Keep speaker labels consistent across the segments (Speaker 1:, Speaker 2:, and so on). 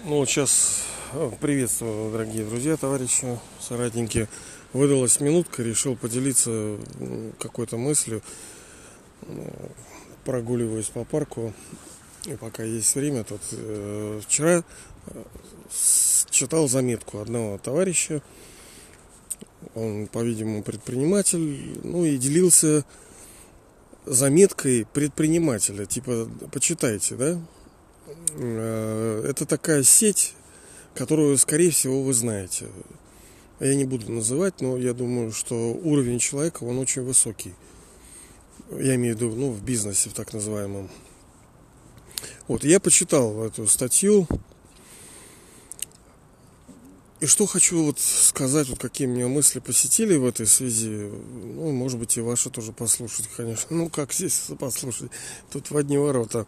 Speaker 1: Ну вот сейчас приветствую, дорогие друзья, товарищи, соратники. Выдалась минутка, решил поделиться какой-то мыслью. Прогуливаюсь по парку, и пока есть время, тут вчера читал заметку одного товарища. Он, по-видимому, предприниматель, ну и делился заметкой предпринимателя. Типа, почитайте, да? Это такая сеть, которую, скорее всего, вы знаете. Я не буду называть, но я думаю, что уровень человека, он очень высокий. Я имею в виду, в бизнесе, в так называемом. Вот, я почитал эту статью. И что хочу сказать, какие меня мысли посетили в этой связи. Может быть, и ваши тоже послушать, конечно. Как здесь послушать? Тут в одни ворота.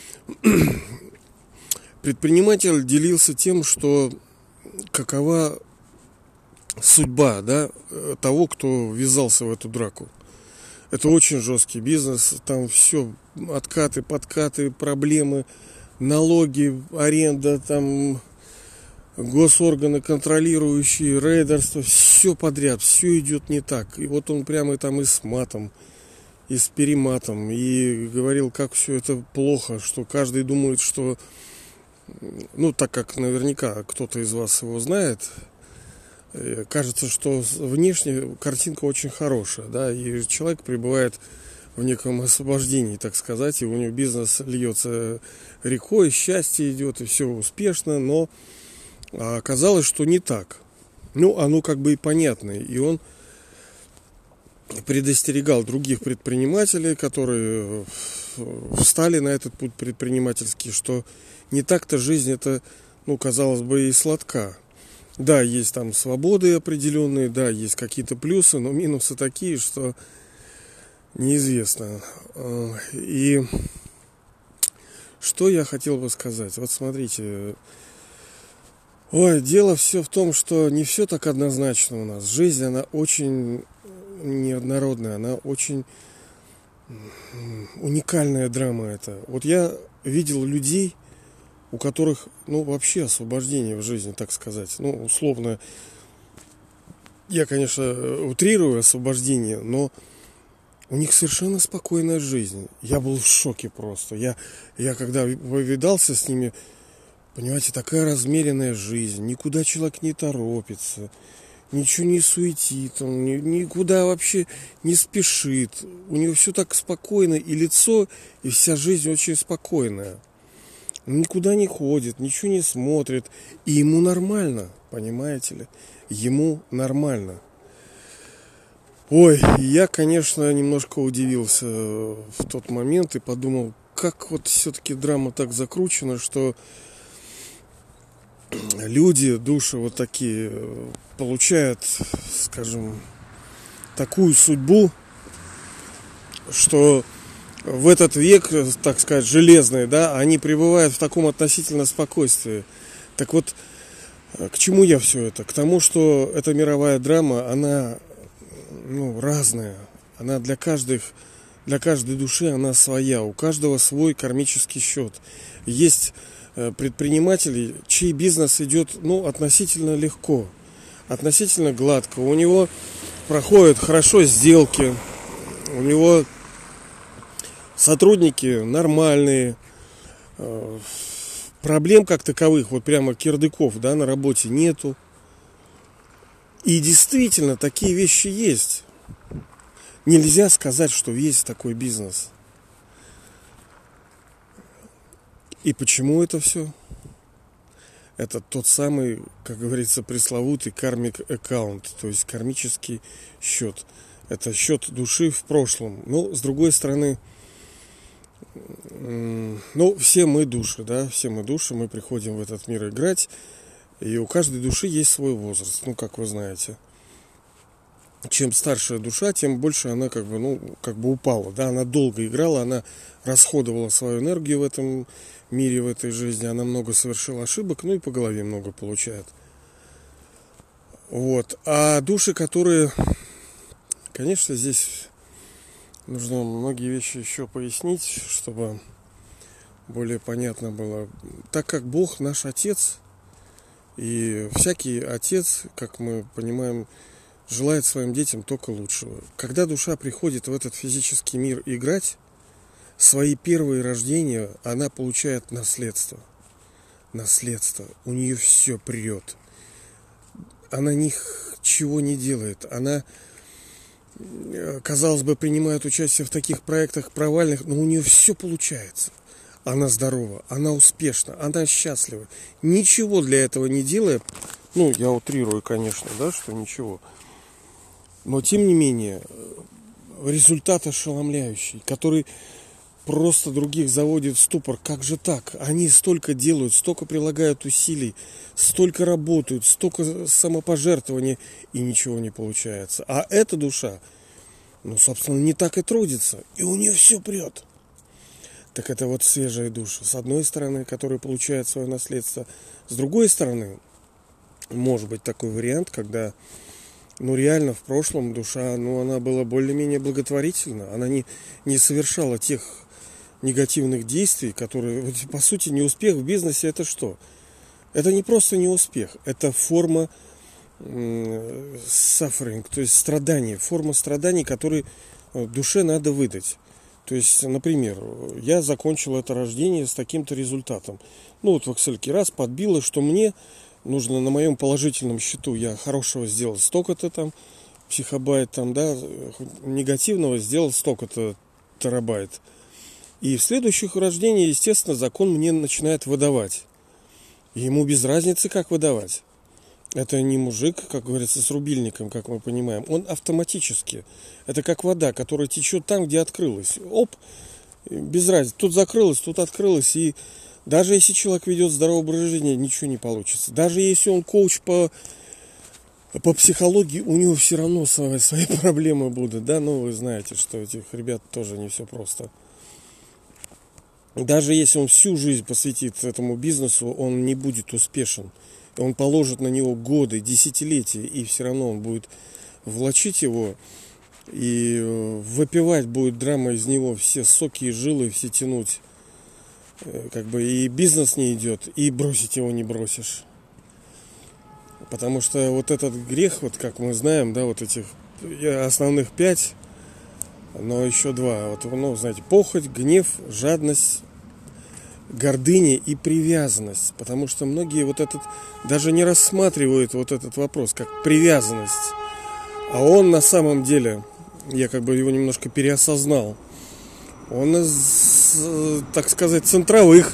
Speaker 1: Предприниматель делился тем, что какова судьба, того, кто ввязался в эту драку. Это очень жесткий бизнес, там все откаты, подкаты, проблемы, налоги, аренда, там госорганы контролирующие, рейдерство, все подряд, все идет не так. И вот он прямо там и с матом, и с перематом, и говорил, как все это плохо, что каждый думает, что, так как наверняка кто-то из вас его знает, кажется, что внешне картинка очень хорошая, и человек пребывает в неком освобождении, так сказать, и у него бизнес льется рекой, счастье идет, и все успешно, но оказалось, что не так. Оно как бы и понятно, и он предостерегал других предпринимателей, которые встали на этот путь предпринимательский, что не так-то жизнь это, казалось бы, и сладка. Да, есть там свободы определенные, да, есть какие-то плюсы, но минусы такие, что неизвестно. И что я хотел бы сказать? Вот смотрите, дело все в том, что не все так однозначно у нас. Жизнь, она очень неоднородная, она очень уникальная драма это. Вот я видел людей, у которых, вообще освобождение в жизни, так сказать. Условно, я, конечно, утрирую освобождение, но у них совершенно спокойная жизнь. Я был в шоке просто. Я когда повидался с ними, понимаете, такая размеренная жизнь. Никуда человек не торопится, ничего не суетит, он никуда вообще не спешит. У него все так спокойно, и лицо, и вся жизнь очень спокойная. Он никуда не ходит, ничего не смотрит. И ему нормально, понимаете ли? Ему нормально. Я, конечно, немножко удивился в тот момент и подумал, как все-таки драма так закручена, что люди, души такие, получают, скажем, такую судьбу, что в этот век, так сказать, железный, они пребывают в таком относительно спокойствии. Так вот, к чему я все это? К тому, что эта мировая драма, она, разная. Она для каждой души она своя. У каждого свой кармический счет. Есть предприниматели, чей бизнес идет, относительно легко, относительно гладко. У него проходят хорошо сделки, у него сотрудники нормальные, проблем как таковых, прямо кирдыков, на работе нету. И действительно, такие вещи есть. Нельзя сказать, что есть такой бизнес. И почему это все? Это тот самый, как говорится, пресловутый кармик аккаунт, то есть кармический счет. Это счет души в прошлом. Но, с другой стороны, все мы души, все мы души, мы приходим в этот мир играть, и у каждой души есть свой возраст, как вы знаете. Чем старшая душа, тем больше она как бы упала, она долго играла, она расходовала свою энергию в этом мире, в этой жизни, она много совершила ошибок, и по голове много получает. А души, которые, конечно, здесь нужно многие вещи еще пояснить, чтобы более понятно было. Так как Бог наш Отец, и всякий отец, как мы понимаем, желает своим детям только лучшего. Когда душа приходит в этот физический мир играть, свои первые рождения она получает наследство. Наследство. У нее все прет. Она ничего не делает. Она, казалось бы, принимает участие в таких проектах провальных, но у нее все получается. Она здорова, она успешна, она счастлива. Ничего для этого не делая, ну, я утрирую, конечно, да, что ничего. Но, тем не менее, результат ошеломляющий, который просто других заводит в ступор. Как же так? Они столько делают, столько прилагают усилий, столько работают, столько самопожертвования, и ничего не получается. А эта душа, ну, собственно, не так и трудится, и у нее все прет. Так это вот свежая душа. С одной стороны, которая получает свое наследство. С другой стороны, может быть такой вариант, когда, ну, реально в прошлом душа, ну, она была более-менее благотворительна. Она не совершала тех негативных действий, которые, вот, по сути, неуспех в бизнесе — это что? Это не просто неуспех, это форма suffering, то есть страдания, форма страданий, которые душе надо выдать. То есть, например, я закончил это рождение с таким-то результатом. Ну, вот в Excel раз подбило, что мне нужно на моем положительном счету, я хорошего сделал столько-то там, психобайт там, да, негативного сделал столько-то терабайт. И в следующих рождениях, естественно, закон мне начинает выдавать. И ему без разницы, как выдавать. Это не мужик, как говорится, с рубильником, как мы понимаем. Он автоматически. Это как вода, которая течет там, где открылась. Оп, без разницы. Тут закрылась, тут открылась. И даже если человек ведет здоровый образ жизни, ничего не получится. Даже если он коуч по психологии, у него все равно свои проблемы будут. Да, но вы знаете, что у этих ребят тоже не все просто. Даже если он всю жизнь посвятит этому бизнесу, он не будет успешен. Он положит на него годы, десятилетия, и все равно он будет влачить его и выпивать будет драма из него, все соки и жилы все тянуть. Как бы и бизнес не идет, и бросить его не бросишь. Потому что вот этот грех, вот как мы знаем, да, вот этих основных 5, но еще 2. Вот, ну, знаете, похоть, гнев, жадность, гордыня и привязанность. Потому что многие вот этот даже не рассматривают вот этот вопрос как привязанность. А он на самом деле, я как бы его немножко переосознал, он из, так сказать, центровых.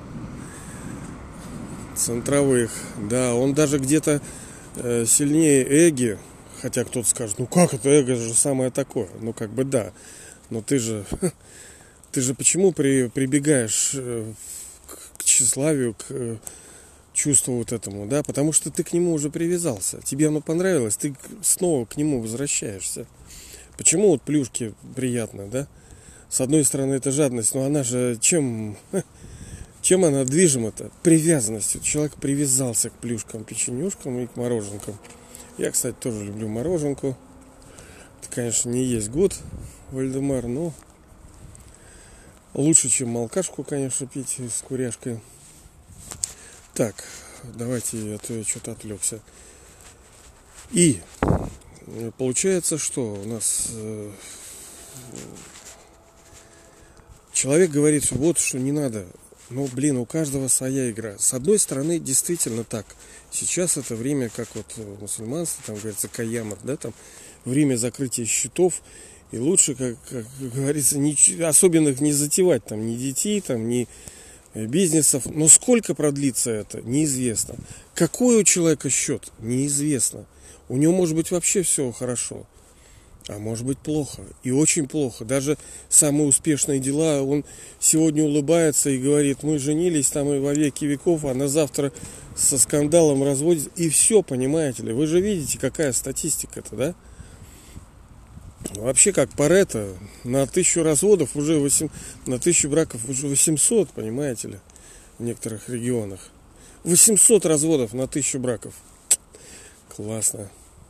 Speaker 1: Да, он даже где-то сильнее эго. Хотя кто-то скажет, ну как это, эго же самое такое. Ну как бы да. Но ты же почему прибегаешь к тщеславию, к чувству вот этому, да? Потому что ты к нему уже привязался. Тебе оно понравилось, ты снова к нему возвращаешься. Почему вот плюшки приятно, да? С одной стороны, это жадность, но она же чем она движима-то? Привязанностью. Человек привязался к плюшкам, печенюшкам и к мороженкам. Я, кстати, тоже люблю мороженку. Это, конечно, не есть год, Вальдемар, но лучше, чем молкашку, конечно, пить с куряшкой. Так, давайте, а то я что-то отвлекся. И получается, что у нас человек говорит, что вот что не надо. Ну, блин, у каждого своя игра. С одной стороны, действительно так. Сейчас это время, как вот мусульманство, там говорится, каямат, да, там время закрытия счетов. И лучше, как говорится, особенных не затевать, там, ни детей, там, ни бизнесов. Но сколько продлится это, неизвестно. Какой у человека счет, неизвестно. У него может быть вообще все хорошо. А может быть плохо. И очень плохо. Даже самые успешные дела, он сегодня улыбается и говорит, мы женились там и во веки веков, а на завтра со скандалом разводится. И все, понимаете ли. Вы же видите, какая статистика-то, да? Вообще, как Парето, на 1000 разводов уже на 1000 браков уже 800, понимаете ли, в некоторых регионах. 800 разводов на 1000 браков. Классно.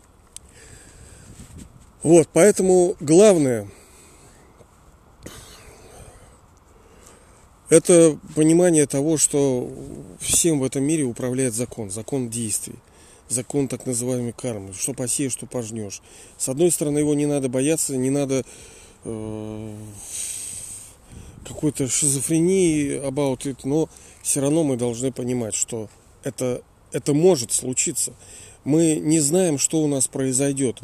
Speaker 1: Вот, поэтому главное Это понимание того, что всем в этом мире управляет закон, закон действий, закон так называемой кармы. Что посеешь, что пожнешь. С одной стороны, его не надо бояться, не надо какой-то шизофрении about it, но все равно мы должны понимать, что это может случиться. Мы не знаем, что у нас произойдет.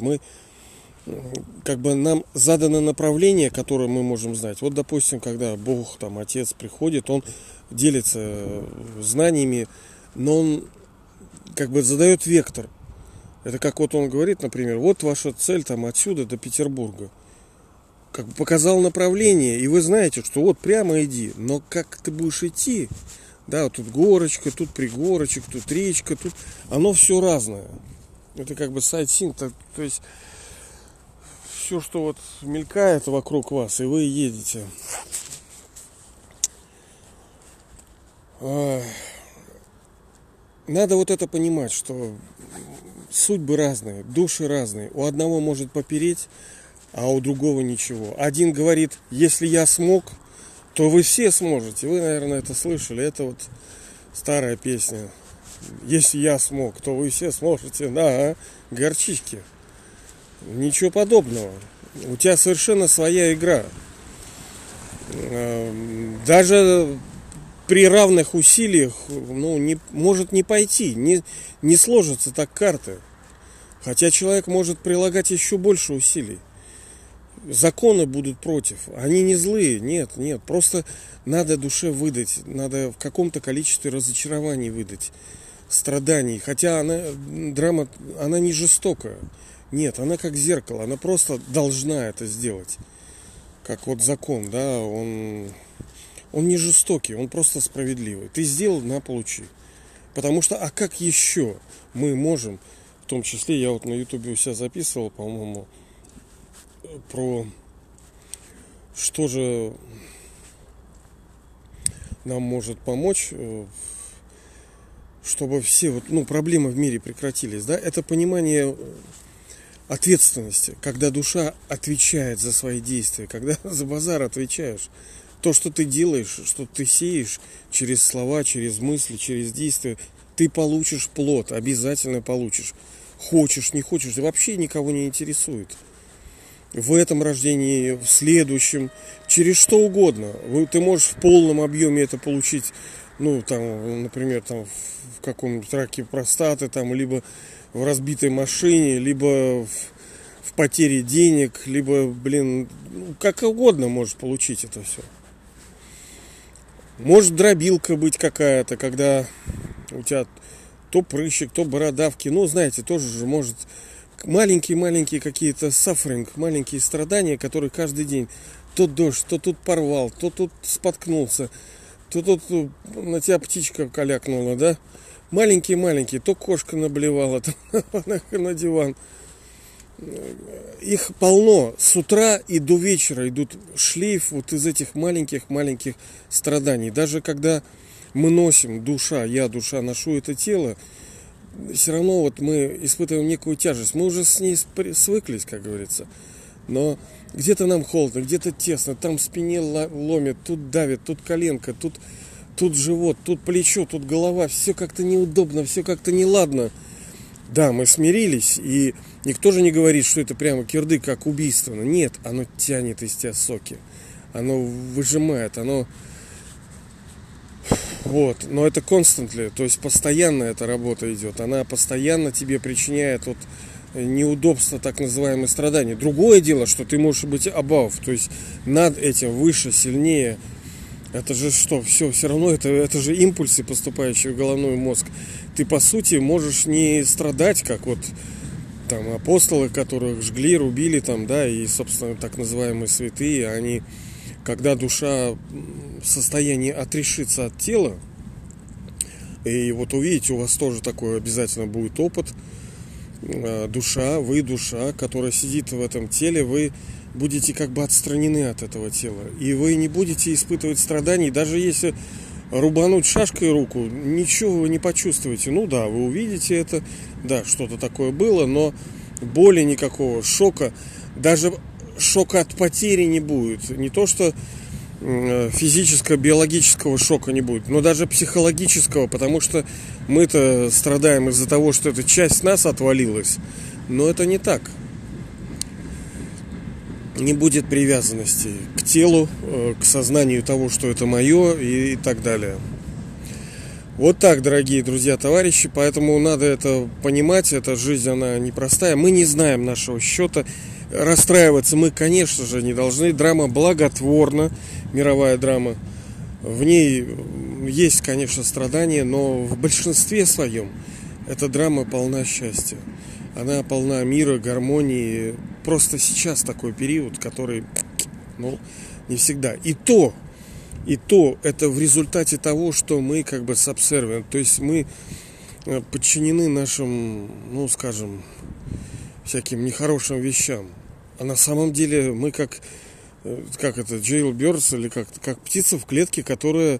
Speaker 1: Нам задано направление, которое мы можем знать. Вот, допустим, когда Бог, там, Отец приходит, Он делится знаниями, но Он задает вектор. Это как вот Он говорит, например, вот ваша цель там отсюда до Петербурга. Показал направление, и вы знаете, что вот прямо иди. Но как ты будешь идти, да, вот тут горочка, тут пригорочек, тут речка, тут оно все разное. Это сайтсинг, то есть все, что вот мелькает вокруг вас, и вы едете. Надо вот это понимать, что судьбы разные, души разные. У одного может попереть, а у другого ничего. Один говорит, если я смог, то вы все сможете. Вы, наверное, это слышали. Это вот старая песня. Если я смог, то вы все сможете. Да, горчички. Ничего подобного. У тебя совершенно своя игра. Даже при равных усилиях может не пойти. Не сложатся так карты. Хотя человек может прилагать еще больше усилий. Законы будут против. Они не злые. Нет. Просто надо душе выдать. Надо в каком-то количестве разочарований выдать. Страданий. Хотя драма, она не жестокая. Нет, она как зеркало. Она просто должна это сделать. Как вот закон, да, он не жестокий, он просто справедливый. Ты сделал, получи. Потому что, а как еще мы можем, в том числе, я вот на ютубе у себя записывал, по-моему, про что же нам может помочь, чтобы все проблемы в мире прекратились, да, это понимание ответственности, когда душа отвечает за свои действия, когда за базар отвечаешь. То, что ты делаешь, что ты сеешь через слова, через мысли, через действия, ты получишь плод, обязательно получишь. Хочешь, не хочешь, вообще никого не интересует. В этом рождении, в следующем, через что угодно. Ты можешь в полном объеме это получить, например, в каком-нибудь раке простаты, либо в разбитой машине, либо в потере денег, либо, как угодно можешь получить это все. Может дробилка быть какая-то, когда у тебя то прыщик, то бородавки. Знаете, тоже же может маленькие какие-то suffering, маленькие страдания, которые каждый день то дождь, то тут порвал, то тут споткнулся, то тут на тебя птичка калякнула, да? Маленькие, то кошка наблевала, то на диван. Их полно. С утра и до вечера идут шлейф вот из этих маленьких страданий. Даже когда мы носим, душа ношу это тело, все равно мы испытываем некую тяжесть. Мы уже с ней свыклись, как говорится. Но где-то нам холодно, где-то тесно, там в спине ломит, тут давит, тут коленка, тут живот, тут плечо, тут голова. Все как-то неудобно, все как-то неладно. Да, мы смирились, и никто же не говорит, что это прямо кирдык, как убийственно. Нет, оно тянет из тебя соки. Оно выжимает, оно... Вот, но это constantly, то есть постоянно эта работа идет. Она постоянно тебе причиняет неудобства, так называемые страдания. Другое дело, что ты можешь быть above, то есть над этим, выше, сильнее. Это же что, все равно это же импульсы, поступающие в головной мозг. Ты, по сути, можешь не страдать, как апостолы, которых жгли, рубили, и, собственно, так называемые святые, они, когда душа в состоянии отрешиться от тела, и вот увидите, у вас тоже такой обязательно будет опыт, душа, которая сидит в этом теле, вы будете отстранены от этого тела. И вы не будете испытывать страданий, даже если рубануть шашкой руку, ничего вы не почувствуете. Вы увидите это, что-то такое было, но боли никакого, шока, даже шока от потери не будет. Не то, что физическо-биологического шока не будет, но даже психологического, потому что мы-то страдаем из-за того, что эта часть нас отвалилась. Но это не так. Не будет привязанности к телу, к сознанию того, что это мое и так далее. Вот так, дорогие друзья, товарищи, поэтому надо это понимать, эта жизнь, она непростая, мы не знаем нашего счета, расстраиваться мы, конечно же, не должны, драма благотворна, мировая драма, в ней есть, конечно, страдания, но в большинстве своем эта драма полна счастья, она полна мира, гармонии, просто сейчас такой период, который, не всегда, и то это в результате того, что мы как бы subservient, то есть мы подчинены нашим, скажем, всяким нехорошим вещам. А на самом деле мы как это, jailbirds, или как птица в клетке, которая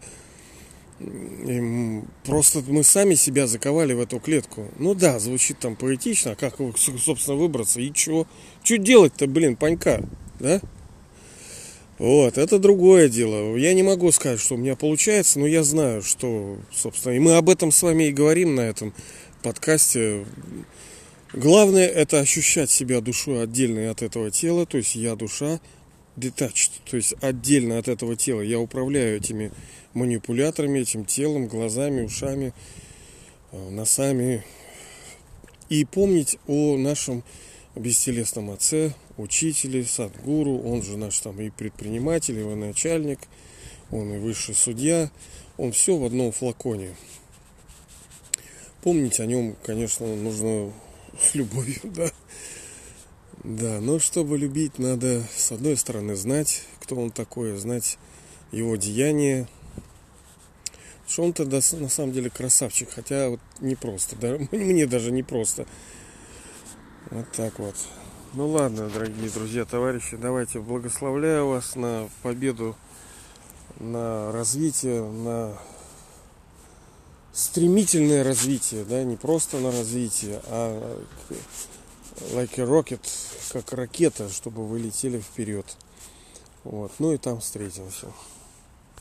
Speaker 1: просто мы сами себя заковали в эту клетку. Ну да, звучит там поэтично, а как, собственно, выбраться? И чё? Чё делать-то, панька, да? Вот, это другое дело. Я не могу сказать, что у меня получается, но я знаю, что, собственно, и мы об этом с вами и говорим на этом подкасте. Главное — это ощущать себя душой отдельной от этого тела, то есть я душа detached, то есть отдельно от этого тела. Я управляю этими манипуляторами, этим телом, глазами, ушами, носами. И помнить о нашем бестелесном отце, учителе, садгуру, он же наш там и предприниматель, и начальник, он и высший судья, он все в одном флаконе. Помнить о нем, конечно, нужно с любовью, да. Да, но чтобы любить, надо, с одной стороны, знать, кто он такой, знать его деяния, что он-то на самом деле красавчик, хотя вот непросто, да, мне даже непросто. Вот так вот. Ну ладно, дорогие друзья, товарищи, давайте благословляю вас на победу, на развитие, на стремительное развитие, да, не просто на развитие, а like a rocket, как ракета, чтобы вы летели вперед. Вот, ну и там встретимся.